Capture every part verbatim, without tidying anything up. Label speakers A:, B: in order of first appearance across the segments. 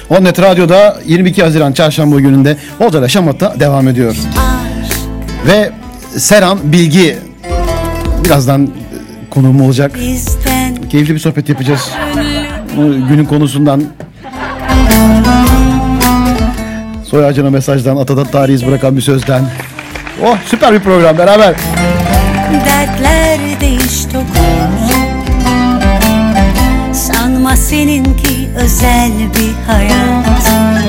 A: Onnet Radyo'da yirmi iki Haziran Çarşamba gününde Olcay Şamat'ta devam ediyor. Ve Serhan Bilgi birazdan konuğum olacak. Keyifli bir sohbet yapacağız. Günün konusundan, soy ağacına mesajdan, atadan tarihi iz bırakan bir sözden. Oh, süper bir program beraber.
B: Dertler değiş tokuş, sanma seninki özel bir hayat.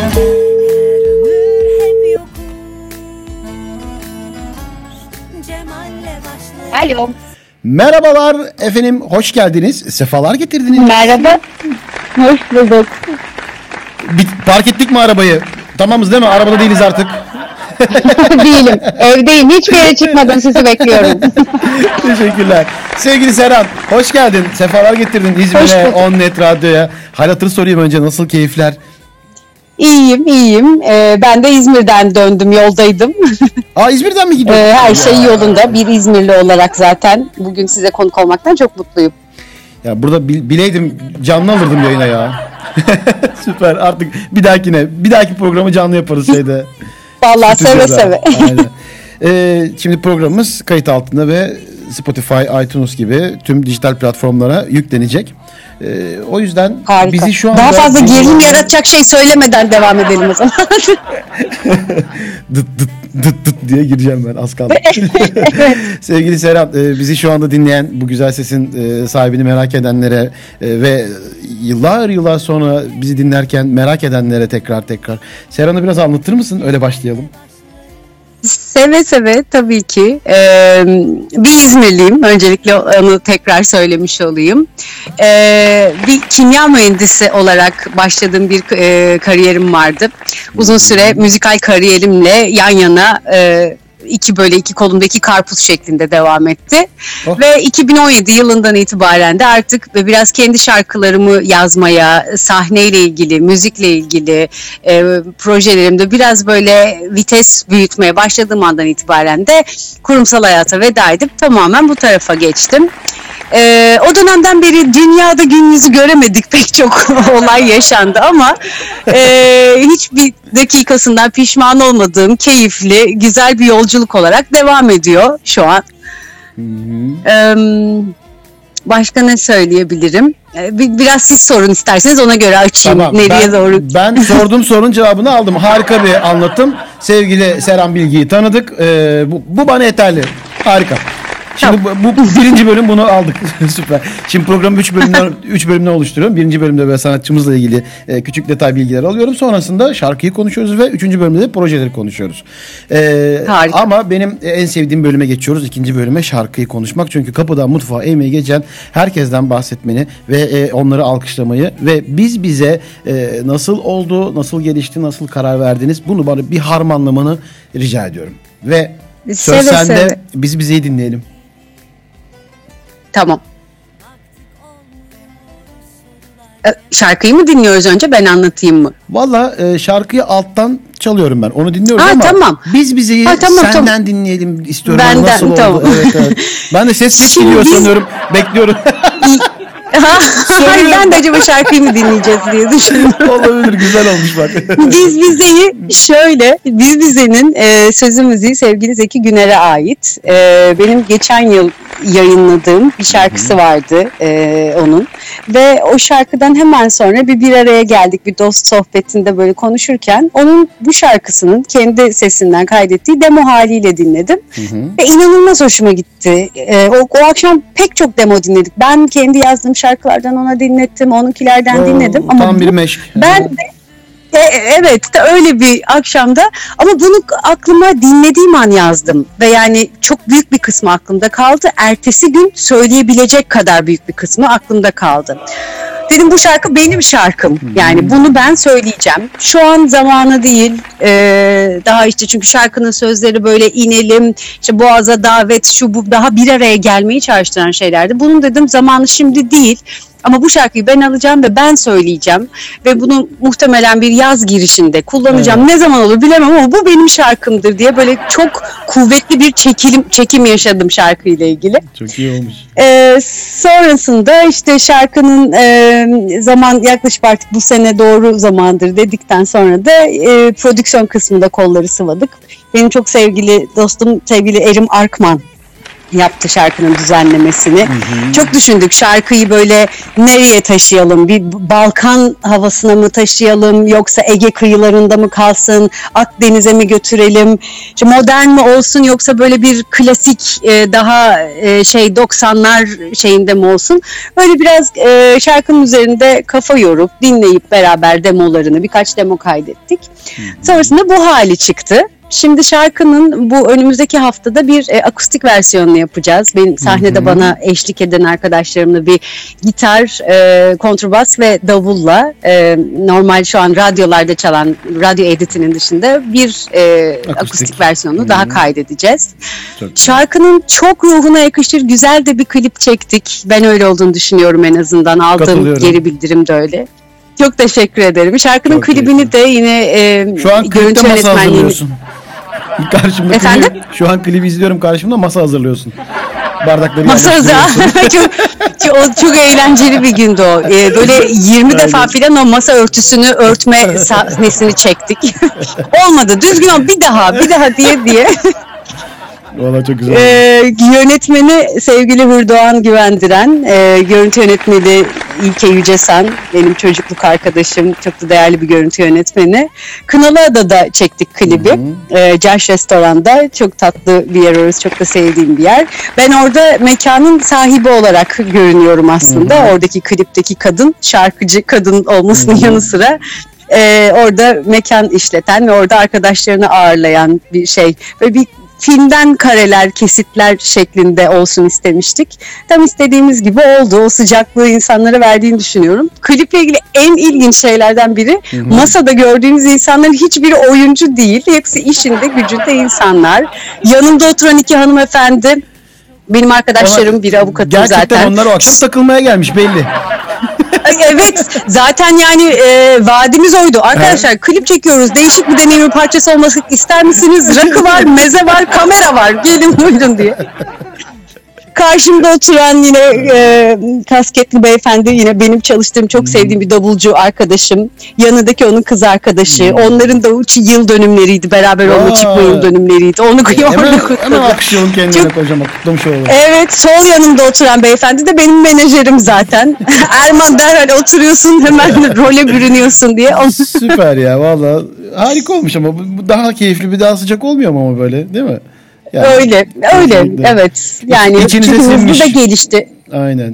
B: Hep yokuş, Cemal'le başlayan.
C: Alo.
A: Merhabalar efendim, hoş geldiniz. Sefalar getirdiniz.
C: Merhaba. Hoş bulduk.
A: Bir, park ettik mi arabayı? Tamamız değil mi? Arabada değiliz artık.
C: Değilim. Evdeyim. Hiçbir yere çıkmadım. Sizi bekliyorum.
A: Teşekkürler. Sevgili Serhan, hoş geldin. Sefalar getirdin İzmir'e, Onnet Radyo'ya. Hal hatır sorayım önce, nasıl keyifler?
C: İyiyim, iyiyim. Ee, ben de İzmir'den döndüm. Yoldaydım.
A: Aa, İzmir'den mi gidiyorsun?
C: Ee, her şey yolunda. Bir İzmirli olarak zaten bugün size konuk olmaktan çok mutluyum.
A: Ya burada bileydim canlı alırdım yayına ya. Süper, artık bir dahakine, bir dahaki programı canlı yaparız şeyde.
C: Vallahi seve seve.
A: Aynen. Ee, şimdi programımız kayıt altında ve Spotify, iTunes gibi tüm dijital platformlara yüklenecek. Ee, o yüzden
C: harika.
A: Bizi şu anda...
C: Daha fazla gerilim yaratacak şey söylemeden devam edelim o zaman.
A: dıt dıt dıt dıt diye gireceğim ben, az kaldı. Sevgili Serhan, e, bizi şu anda dinleyen, bu güzel sesin e, sahibini merak edenlere e, ve yıllar yıllar sonra bizi dinlerken merak edenlere tekrar tekrar Serhan'ı biraz anlatır mısın? Öyle başlayalım.
C: Seve seve tabii ki. Ee, bir İzmirliyim. Öncelikle onu tekrar söylemiş olayım. Ee, bir kimya mühendisi olarak başladığım bir e, kariyerim vardı. Uzun süre müzikal kariyerimle yan yana e, iki böyle iki kolumdaki karpuz şeklinde devam etti. Oh. Ve iki bin on yedi yılından itibaren de artık biraz kendi şarkılarımı yazmaya, sahneyle ilgili, müzikle ilgili e, projelerimde biraz böyle vites büyütmeye başladığım andan itibaren de kurumsal hayata veda edip tamamen bu tarafa geçtim. Ee, o dönemden beri dünyada gün yüzü göremedik, pek çok olay yaşandı ama e, hiçbir dakikasından pişman olmadığım keyifli, güzel bir yolculuk olarak devam ediyor şu an. Hı hı. Ee, başka ne söyleyebilirim? Bir, biraz siz sorun isterseniz, ona göre açayım.
A: Tamam,
C: nereye
A: ben,
C: doğru.
A: Ben sorduğum sorunun cevabını aldım. Harika bir anlatım. Sevgili Serhan Bilgi'yi tanıdık. Ee, bu, bu bana yeterli. Harika. Şimdi bu, bu birinci bölüm, bunu aldık. Süper. Şimdi programı üç bölümden üç bölümden oluşturuyorum. Birinci bölümde böyle sanatçımızla ilgili e, küçük detay bilgiler alıyorum. Sonrasında şarkıyı konuşuyoruz ve üçüncü bölümde de projeleri konuşuyoruz. E, ama benim en sevdiğim bölüme geçiyoruz. İkinci bölüme, şarkıyı konuşmak. Çünkü kapıdan mutfağa eğmeye geçen herkesten bahsetmeni ve e, onları alkışlamayı ve biz bize e, nasıl oldu, nasıl gelişti, nasıl karar verdiniz, bunu bana bir harmanlamanı rica ediyorum. Ve söz
C: seve
A: sende,
C: seve.
A: biz bizeyi dinleyelim.
C: Tamam. Şarkıyı mı dinliyoruz önce, ben anlatayım mı?
A: Valla e, şarkıyı alttan çalıyorum ben. Onu dinliyoruz ha, ama
C: tamam.
A: biz bizeyi ha, tamam, senden tamam. dinleyelim istiyorum.
C: Benden,
A: nasıl
C: tamam.
A: oldu? Evet, evet. Ben de ses ses gidiyor biz... sanıyorum. Bekliyorum.
C: Hayır, ben de acaba şarkıyı mı dinleyeceğiz diye düşündüm.
A: Olabilir, güzel olmuş bak.
C: Biz Bize'yi şöyle, Biz Bize'nin e, sözü müziği sevgili Zeki Güner'e ait. E, benim geçen yıl yayınladığım bir şarkısı vardı e, onun. Ve o şarkıdan hemen sonra bir bir araya geldik, bir dost sohbetinde böyle konuşurken onun bu şarkısının kendi sesinden kaydettiği demo haliyle dinledim. Hı hı. Ve inanılmaz hoşuma gitti. E, o, o akşam pek çok demo dinledik. Ben kendi yazdığım şarkılardan ona dinlettim, onunkilerden Oo, dinledim. Ama
A: tam bir meşk.
C: Ben de e, evet de öyle bir akşamda, ama bunu aklıma dinlediğim an yazdım ve yani çok büyük bir kısmı aklımda kaldı. Ertesi gün söyleyebilecek kadar büyük bir kısmı aklımda kaldı. Dedim bu şarkı benim şarkım. Yani bunu ben söyleyeceğim. Şu an zamanı değil. Ee, daha işte çünkü şarkının sözleri böyle inelim, işte boğaza davet, şu bu, daha bir araya gelmeyi çağrıştıran şeylerdi. Bunun dedim zamanı şimdi değil. Ama bu şarkıyı ben alacağım ve ben söyleyeceğim. Ve bunu muhtemelen bir yaz girişinde kullanacağım. Evet. Ne zaman olur bilemem ama bu benim şarkımdır diye böyle çok kuvvetli bir çekilim, çekim yaşadım şarkıyla ilgili.
A: Çok iyi olmuş.
C: Ee, sonrasında işte şarkının e, zaman yaklaşık artık bu sene doğru zamandır dedikten sonra da e, prodüksiyon kısmında kolları sıvadık. Benim çok sevgili dostum, sevgili Erim Arkman yaptı şarkının düzenlemesini. Hı hı. Çok düşündük şarkıyı böyle nereye taşıyalım? Bir Balkan havasına mı taşıyalım? Yoksa Ege kıyılarında mı kalsın? Akdeniz'e mi götürelim? İşte modern mi olsun yoksa böyle bir klasik daha şey doksanlar şeyinde mi olsun? Böyle biraz şarkının üzerinde kafa yorup dinleyip beraber demolarını birkaç demo kaydettik. Hı hı. Sonrasında bu hali çıktı. Şimdi şarkının bu önümüzdeki haftada bir e, akustik versiyonunu yapacağız. Benim sahnede hı hı. bana eşlik eden arkadaşlarımla bir gitar, e, kontrbas ve davulla e, normal şu an radyolarda çalan radyo editinin dışında bir e, akustik. akustik versiyonunu hı hı. daha kaydedeceğiz. Çok Şarkının çok ruhuna yakışır güzel de bir klip çektik. Ben öyle olduğunu düşünüyorum en azından. Aldığım geri bildirim de öyle. Çok teşekkür ederim. Şarkının çok klibini iyi. de yine e,
A: şu an klipte masa hazırlıyorsun. Karşımda
C: Efendim?
A: Klibi, şu an klibi izliyorum karşımda masa hazırlıyorsun. Bardakları
C: masa hazırlıyorsun. çok, çok, çok eğlenceli bir gündü o. Ee, böyle yirmi defa filan o masa örtüsünü örtme sahnesini çektik. Olmadı. Düzgün ol bir daha bir daha diye diye.
A: Valla çok güzel.
C: Ee, yönetmeni sevgili Hürdoğan Güvendiren, e, görüntü yönetmeni İlke Yücesan, benim çocukluk arkadaşım, çok da değerli bir görüntü yönetmeni. Kınalıada'da çektik klibi. E, Caş Restoran'da, çok tatlı bir yer orası, çok da sevdiğim bir yer. Ben orada mekanın sahibi olarak görünüyorum aslında. Hı hı. Oradaki klipteki kadın, şarkıcı kadın olmasının hı hı. yanı sıra. Ee, orada mekan işleten ve orada arkadaşlarını ağırlayan bir şey. Ve bir filmden kareler, kesitler şeklinde olsun istemiştik. Tam istediğimiz gibi oldu. O sıcaklığı insanlara verdiğini düşünüyorum. Kliple ilgili en ilginç şeylerden biri hı hı. masada gördüğümüz insanların hiçbiri oyuncu değil. Hepsi işinde, gücünde insanlar. Yanımda oturan iki hanımefendi benim arkadaşlarım, ona, biri avukatım
A: gerçekten
C: zaten.
A: Gerçekten onlar o akşam takılmaya gelmiş belli.
C: Evet, zaten yani e, vaadimiz oydu. Arkadaşlar evet. klip çekiyoruz. Değişik bir deneyimin parçası olması ister misiniz? Rakı var, meze var, kamera var. Gelin buyurun diye. Karşımda oturan yine e, kasketli beyefendi, yine benim çalıştığım, çok sevdiğim bir davulcu arkadaşım. Yanındaki onun kız arkadaşı. Hmm. Onların da yıl dönümleriydi. Beraber onunla çıkma yıl dönümleriydi. Onu
A: hemen, hemen alkışlayalım kendine kocaman. Kutlamış olalım.
C: Evet, sol yanımda oturan beyefendi de benim menajerim zaten. Erman derhal oturuyorsun, hemen role bürünüyorsun diye.
A: Süper ya, valla harika olmuş ama bu daha keyifli, bir daha sıcak olmuyor mu ama böyle, değil mi?
C: Yani, öyle, öyle, kesinlikle. Evet. Yani
A: İçinize
C: çünkü
A: sinmiş.
C: hızlı da gelişti.
A: Aynen.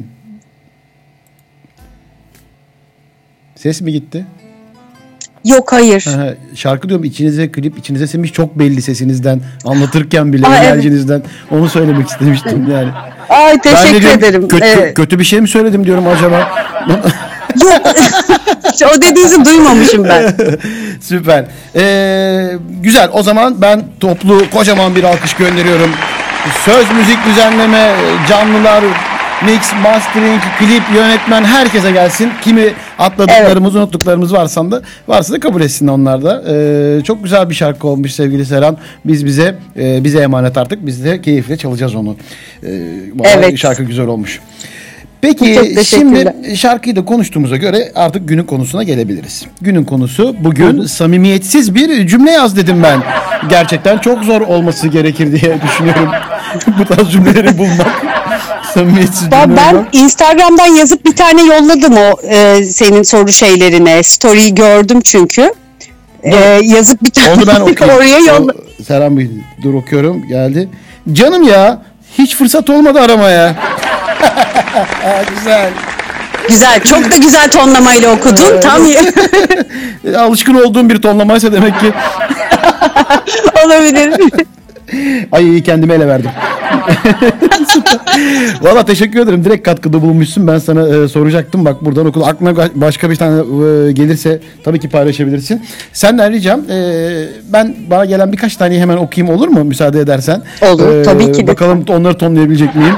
A: Ses mi gitti?
C: Yok, hayır.
A: Aha, şarkı diyorum, içinize klip, içinize sinmiş, çok belli sesinizden, anlatırken bile
C: Aa,
A: enerjinizden. Evet. Onu söylemek istemiştim yani.
C: Ay, teşekkür
A: diyorum,
C: ederim.
A: Kötü,
C: evet.
A: kötü bir şey mi söyledim diyorum acaba?
C: Yok. O dediğinizi duymamışım ben.
A: Süper. Ee, güzel. O zaman ben toplu kocaman bir alkış gönderiyorum. Söz, müzik, düzenleme, canlılar, mix, mastering, klip, yönetmen, herkese gelsin. Kimi atladıklarımız, evet. unuttuklarımız varsa da varsa da kabul etsin onlar da. Ee, çok güzel bir şarkı olmuş sevgili Seren. Biz bize e, bize emanet artık. Biz de keyifle çalacağız onu. Ee, evet. Şarkı güzel olmuş. Peki şimdi şarkıyı da konuştuğumuza göre artık günün konusuna gelebiliriz. Günün konusu bugün Hı. samimiyetsiz bir cümle yaz dedim ben. Gerçekten çok zor olması gerekir diye düşünüyorum. Bu tarz cümleleri bulmak. Samimiyetsiz
C: ben, ben Instagram'dan yazıp bir tane yolladım o e, senin soru şeylerine. Story'yi gördüm çünkü. E, yazıp bir tane
A: onu ben
C: oraya yolladım.
A: Seren Bey, dur okuyorum, geldi. Canım ya, hiç fırsat olmadı aramaya. Güzel.
C: Güzel. Çok da güzel tonlamayla okudun. Tam
A: alışkın olduğum bir tonlamaysa demek ki.
C: Olabilir.
A: Ay, kendime ele verdim. Valla teşekkür ederim. Direkt katkıda bulunmuşsun. Ben sana e, soracaktım. Bak buradan okul. Aklına başka bir tane e, gelirse tabii ki paylaşabilirsin. Senden ricam e, ben bana gelen birkaç taneyi hemen okuyayım, olur mu? Müsaade edersen.
C: Olur. E, tabii ki.
A: Bakalım onları tonlayabilecek miyim?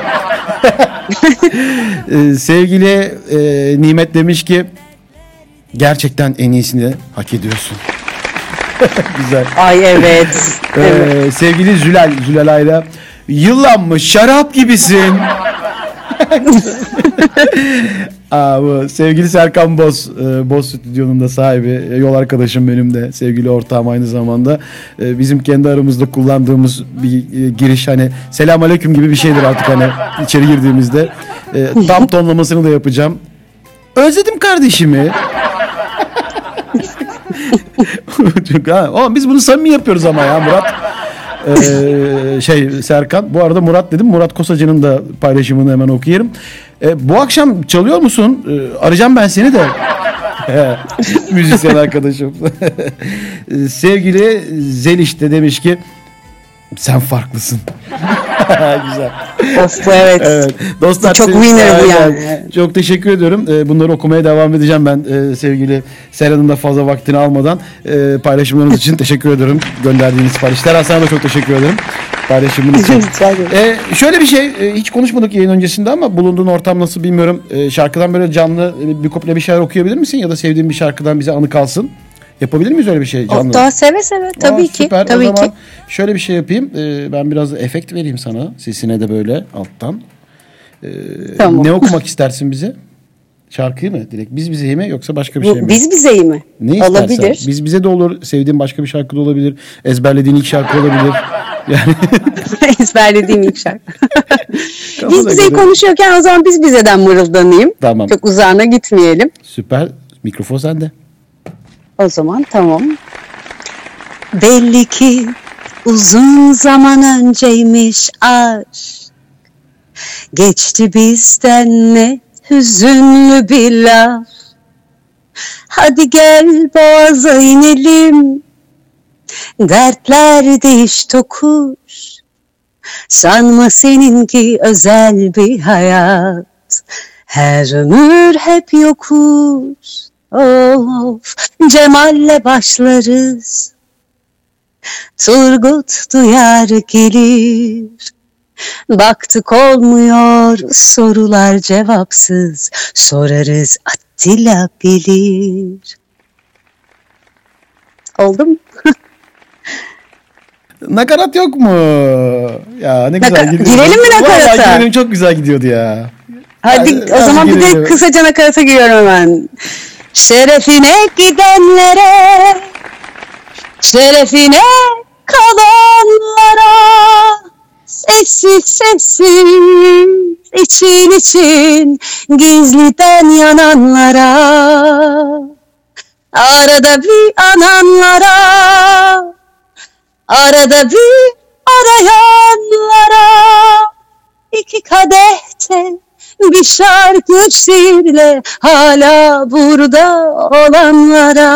A: e, sevgili e, Nimet demiş ki gerçekten en iyisini hak ediyorsun. Güzel.
C: Ay evet.
A: Ee,
C: evet.
A: Sevgili Zülal, Zülal Ayla, yıllanmış şarap gibisin. Aa, bu sevgili Serkan Boz, e, Boz Stüdyo'nun da sahibi, e, yol arkadaşım benim de, sevgili ortağım aynı zamanda. E, bizim kendi aramızda kullandığımız bir e, giriş, hani selamünaleyküm gibi bir şeydir artık hani içeri girdiğimizde. E, tam tonlamasını da yapacağım. Özledim kardeşimi. Çünkü ha, oğlum biz bunu samimi yapıyoruz ama ya Murat. Ee, şey Serkan. Bu arada Murat dedim. Murat Kosacı'nın da paylaşımını hemen okuyayım. Ee, bu akşam çalıyor musun? Ee, arayacağım ben seni de. Müzisyen arkadaşım. Sevgili Zeliş de demiş ki sen farklısın. Güzel.
C: Of evet.
A: Evet. Dostlar,
C: çok winner bu yani.
A: Çok teşekkür ediyorum. Bunları okumaya devam edeceğim ben sevgili Serhan'ın da fazla vaktini almadan. Paylaşımlarınız için teşekkür ederim. Gönderdiğiniz siparişler. Hasan'a da çok teşekkür ederim paylaşımın için. ee, şöyle bir şey, hiç konuşmadık yayın öncesinde ama bulunduğun ortam nasıl bilmiyorum. Ee, şarkıdan böyle canlı bir kuple bir şeyler okuyabilir misin? Ya da sevdiğin bir şarkıdan bize anı kalsın. Yapabilir miyiz öyle bir şey canlı?
C: Daha seve seve tabii
A: Aa,
C: ki.
A: Süper.
C: Tabii
A: o zaman
C: ki.
A: şöyle bir şey yapayım. Ee, ben biraz da efekt vereyim sana. Sesine de böyle alttan. Ee,
C: Tamam.
A: Ne okumak istersin bize? Şarkıyı mı direkt? Biz bizeyi mi yoksa başka bir
C: Bu,
A: şey mi?
C: Biz bizeyi mi?
A: Ne istersen.
C: Olabilir.
A: Biz bize de olur. Sevdiğin başka bir şarkı da olabilir. Ezberlediğin ilk şarkı olabilir. Yani
C: Ezberlediğim ilk şarkı. Biz
A: Kafana
C: bizeyi
A: göre.
C: konuşuyorken o zaman biz bizeden mırıldanayım.
A: Tamam.
C: Çok uzağına gitmeyelim.
A: Süper. Mikrofon sende.
C: O zaman tamam. Belli ki uzun zaman önceymiş aşk. Geçti bizden ne hüzünlü bir laf. Hadi gel boğaza inelim. Dertler değiş tokuş. Sanma seninki özel bir hayat. Her ömür hep yokuş. Of, Cemal'le başlarız. Turgut duyar gelir. Baktık olmuyor sorular cevapsız. Sorarız Attila gelir. Oldu mu?
A: Nakarat yok mu? Ya ne güzel
C: Naka-
A: gidiyor.
C: girelim mi nakarata?
A: Vallahi girelim, çok güzel gidiyordu ya.
C: Hadi
A: Yani,
C: o zaman
A: hadi
C: bir de
A: girelim.
C: kısaca nakarata giriyorum hemen. Şerefine gidenlere, şerefine kalanlara, sessiz sessiz için için gizliden yananlara, arada bir ananlara, arada bir arayanlara, iki kadehte bir şarkı şiirle hala burada olanlara.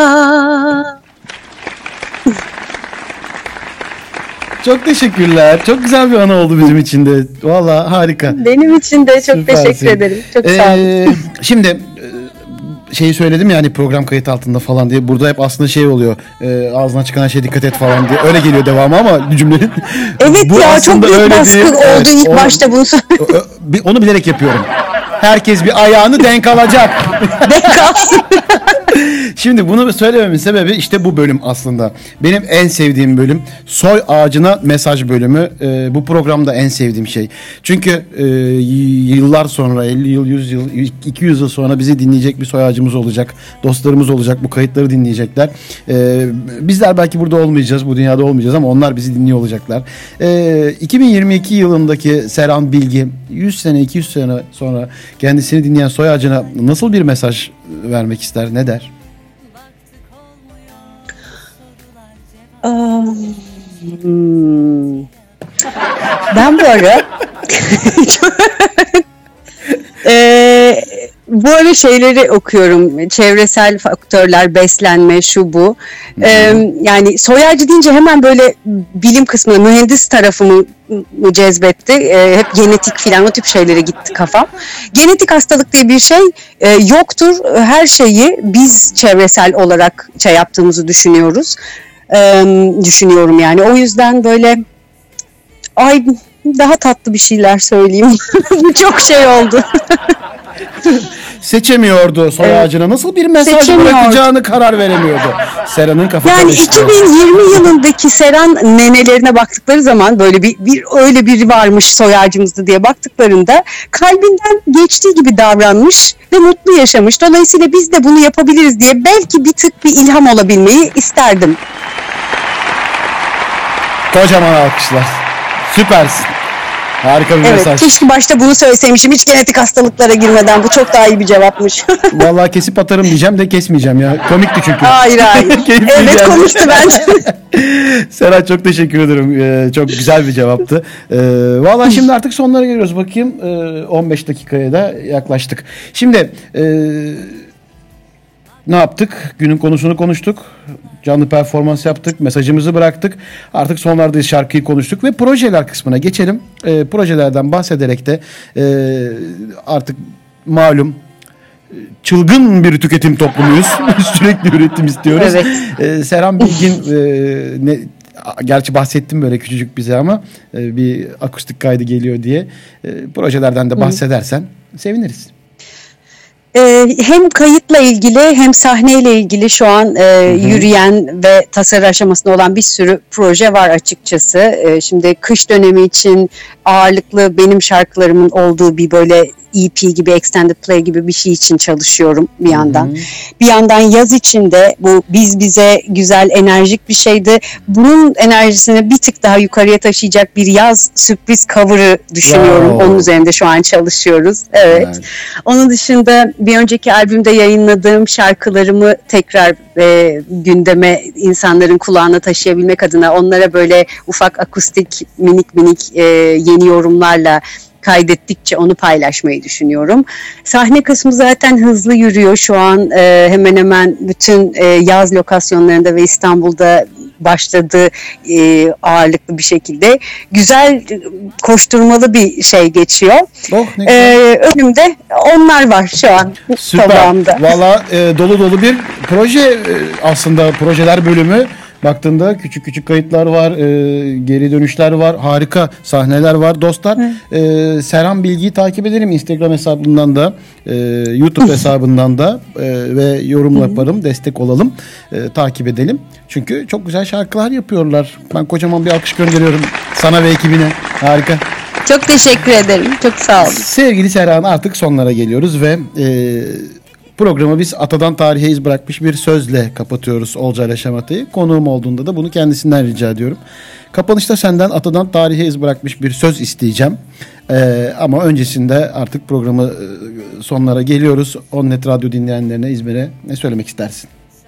A: Çok teşekkürler. Çok güzel bir anı oldu bizim için de. Vallahi harika.
C: Benim için de çok
A: Süpersin.
C: teşekkür ederim. Çok sağ olun.
A: Ee, şimdi e, şeyi söyledim ya hani program kayıt altında falan diye. Burada hep aslında şey oluyor. E, ağzından çıkan her şeye dikkat et falan diye. Öyle geliyor devamı ama cümlenin.
C: Evet
A: Bu
C: ya, çok
A: aslında
C: büyük
A: öyle
C: baskı
A: değil.
C: oldu
A: Evet,
C: ilk
A: o-
C: başta bunu söyle-
A: o- o- bir- Onu bilerek yapıyorum. Herkes bir ayağını denk alacak. Şimdi bunu söylememin sebebi işte bu bölüm aslında. Benim en sevdiğim bölüm soy ağacına mesaj bölümü. Ee, bu programda en sevdiğim şey. Çünkü e, yıllar sonra elli yıl, yüz yıl, iki yüz yıl sonra bizi dinleyecek bir soy ağacımız olacak. Dostlarımız olacak. Bu kayıtları dinleyecekler. Ee, bizler belki burada olmayacağız. Bu dünyada olmayacağız ama onlar bizi dinliyor olacaklar. Ee, iki bin yirmi iki yılındaki Serhan Bilgi yüz sene iki yüz sene sonra kendisini dinleyen soy ağacına nasıl bir mesaj vermek ister? Ne der?
C: Aa, hmm. Ben bu ara Ee, bu ara şeyleri okuyorum. Çevresel faktörler, beslenme, şu bu. Ee, yani soy ağacı deyince hemen böyle bilim kısmına, mühendis tarafımı cezbetti. Ee, hep genetik filan o tip şeylere gitti kafam. Genetik hastalık diye bir şey e, yoktur. Her şeyi biz çevresel olarak şey yaptığımızı düşünüyoruz. Ee, düşünüyorum yani. O yüzden böyle ay daha tatlı bir şeyler söyleyeyim. Bu çok şey oldu.
A: Seçemiyordu soy ağacına. Nasıl bir mesaj bırakacağını karar veremiyordu. Sera'nın kafası.
C: Yani iki bin yirmi yılındaki Seran nenelerine baktıkları zaman böyle bir, bir öyle biri varmış soy ağacımızda diye baktıklarında kalbinden geçtiği gibi davranmış ve mutlu yaşamış. Dolayısıyla biz de bunu yapabiliriz diye belki bir tık bir ilham olabilmeyi isterdim.
A: Kocaman alkışlar. Süpersin. Harika bir
C: evet,
A: mesaj.
C: Keşke başta bunu söyleseymişim. Hiç genetik hastalıklara girmeden. Bu çok daha iyi bir cevapmış.
A: Vallahi kesip atarım diyeceğim de kesmeyeceğim ya. Komikti çünkü.
C: Hayır hayır. Evet komikti bence.
A: Serhat çok teşekkür ederim. Ee, çok güzel bir cevaptı. Ee, vallahi şimdi artık sonlara geliyoruz. Bakayım ee, on beş dakikaya da yaklaştık. Şimdi ee, ne yaptık? Günün konusunu konuştuk. Canlı performans yaptık. Mesajımızı bıraktık. Artık sonlardayız. Şarkıyı konuştuk ve projeler kısmına geçelim. E, projelerden bahsederek de e, artık malum çılgın bir tüketim toplumuyuz. Sürekli üretim istiyoruz.
C: Evet.
A: E, Serhan Bilgin e, ne, gerçi bahsettim böyle küçücük bize ama e, bir akustik kaydı geliyor diye. E, projelerden de bahsedersen Hı. seviniriz.
C: Ee, hem kayıtla ilgili hem sahneyle ilgili şu an e, yürüyen ve tasarı aşamasında olan bir sürü proje var açıkçası. E, şimdi kış dönemi için ağırlıklı benim şarkılarımın olduğu bir böyle E P gibi, extended play gibi bir şey için çalışıyorum bir yandan. Hı-hı. Bir yandan yaz içinde bu biz bize güzel, enerjik bir şeydi. Bunun enerjisini bir tık daha yukarıya taşıyacak bir yaz sürpriz cover'ı düşünüyorum. Wow. Onun üzerinde şu an çalışıyoruz. Evet. evet. Onun dışında bir önceki albümde yayınladığım şarkılarımı tekrar e, gündeme, insanların kulağına taşıyabilmek adına onlara böyle ufak akustik, minik minik e, yeni yorumlarla kaydettikçe onu paylaşmayı düşünüyorum. Sahne kısmı zaten hızlı yürüyor şu an. E, hemen hemen bütün e, yaz lokasyonlarında ve İstanbul'da başladı e, ağırlıklı bir şekilde. Güzel, şkoşturmalı bir şey geçiyor. Oh, e, önümde onlar var şu an.
A: Süper. Tabağımda. Valla e, dolu dolu bir proje e, aslında projeler bölümü. Baktığında küçük küçük kayıtlar var, e, geri dönüşler var, harika sahneler var. Dostlar e, Serhan Bilgi'yi takip edelim Instagram hesabından da, e, YouTube hesabından da e, ve yorum yaparım, destek olalım, e, takip edelim. Çünkü çok güzel şarkılar yapıyorlar. Ben kocaman bir alkış gönderiyorum sana ve ekibine. Harika.
C: Çok teşekkür ederim. Çok sağ olun.
A: Sevgili Serhan, artık sonlara geliyoruz ve e, programı biz atadan tarihe iz bırakmış bir sözle kapatıyoruz Olcay'la Şamata'yı. Konuğum olduğunda da bunu kendisinden rica ediyorum. Kapanışta senden atadan tarihe iz bırakmış bir söz isteyeceğim. Ee, ama öncesinde artık programı e, sonlara geliyoruz. Onnet Radyo dinleyenlerine, İzmir'e ne söylemek istersin?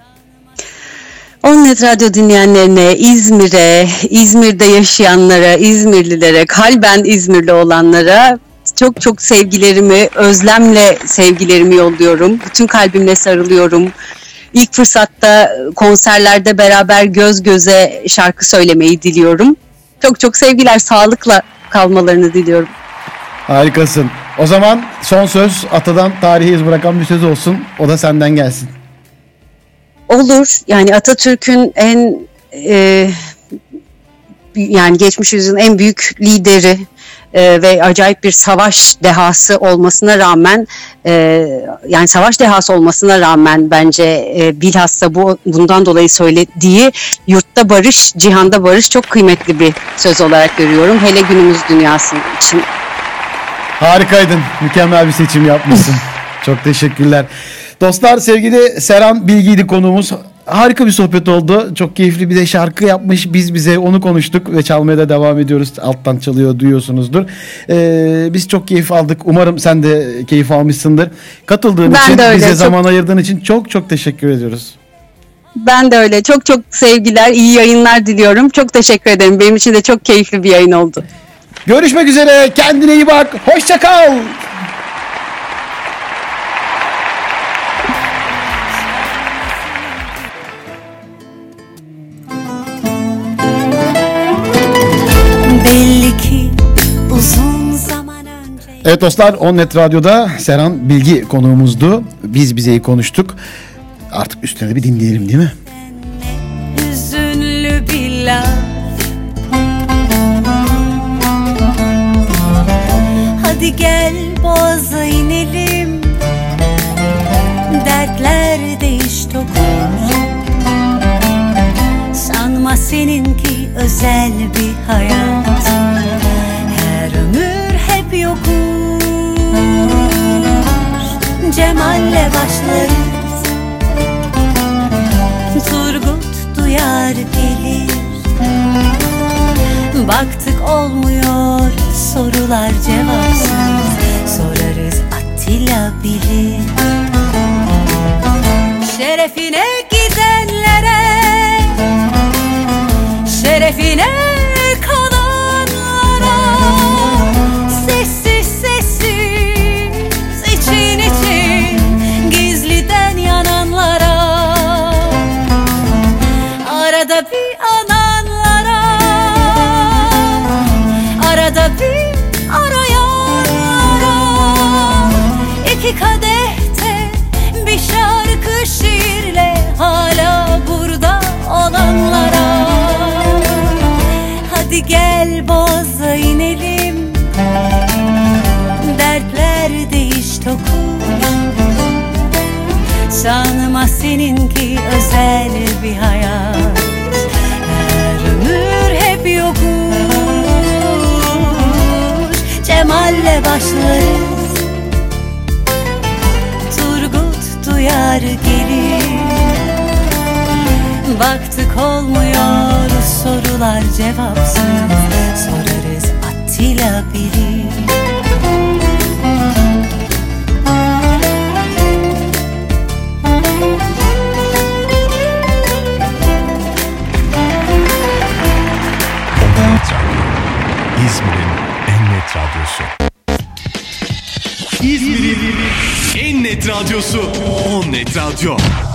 C: Onnet Radyo dinleyenlerine, İzmir'e, İzmir'de yaşayanlara, İzmirlilere, kalben İzmirli olanlara çok çok sevgilerimi, özlemle sevgilerimi yolluyorum. Bütün kalbimle sarılıyorum. İlk fırsatta konserlerde beraber göz göze şarkı söylemeyi diliyorum. Çok çok sevgiler, sağlıkla kalmalarını diliyorum.
A: Harikasın. O zaman son söz atadan tarihe iz bırakan bir söz olsun. O da senden gelsin.
C: Olur. Yani Atatürk'ün en e, yani geçmiş yüzyılın en büyük lideri Ee, ve acayip bir savaş dehası olmasına rağmen e, yani savaş dehası olmasına rağmen bence e, bilhassa bu bundan dolayı söylediği yurtta barış, cihanda barış çok kıymetli bir söz olarak görüyorum. Hele günümüz dünyası için.
A: Harikaydın. Mükemmel bir seçim yapmışsın. Çok teşekkürler. Dostlar, sevgili Serhan Bilgi'ydi konuğumuz. Harika bir sohbet oldu. Çok keyifli, bir de şarkı yapmış. Biz bize onu konuştuk ve çalmaya da devam ediyoruz. Alttan çalıyor, duyuyorsunuzdur. Ee, biz çok keyif aldık. Umarım sen de keyif almışsındır. Katıldığın ben için, bize çok... zaman ayırdığın için çok çok teşekkür ediyoruz.
C: Ben de öyle. Çok çok sevgiler, iyi yayınlar diliyorum. Çok teşekkür ederim. Benim için de çok keyifli bir yayın oldu.
A: Görüşmek üzere. Kendine iyi bak. Hoşça kal. Evet dostlar, On Net Radyo'da Seren Bilgi konuğumuzdu. Biz bizeyi konuştuk. Artık üstüne de bir dinleyelim değil mi?
B: Hüzünlü bir laf, hadi gel boğaza inelim, dertler değiş tokuş. Sanma seninki özel bir hayat, her ömür hep yokuş. Cemal'le başlarız, Turgut duyar gelir. Baktık olmuyor, sorular cevapsız, sorarız Atilla bilir. Şerefine gidenlere, şerefine kalanlara, sessiz sessiz için için gizliden yananlara, arada bir ananlara, arada bir arayanlara, iki kadehte bir şarkı şiirle hala burada olanlara. Hadi gel boğaza inelim, dertler değiş tokuş. Sanma seninki özel bir hayat, her ömür hep yokuş. Cemal'le başlarız, Turgut duyar gelir. Baktık olmuyor, sorular cevapsız, sorarız Atilla bilir.
D: İzmir'in en net radyosu. İzmir'in en net radyosu On Net Radyo.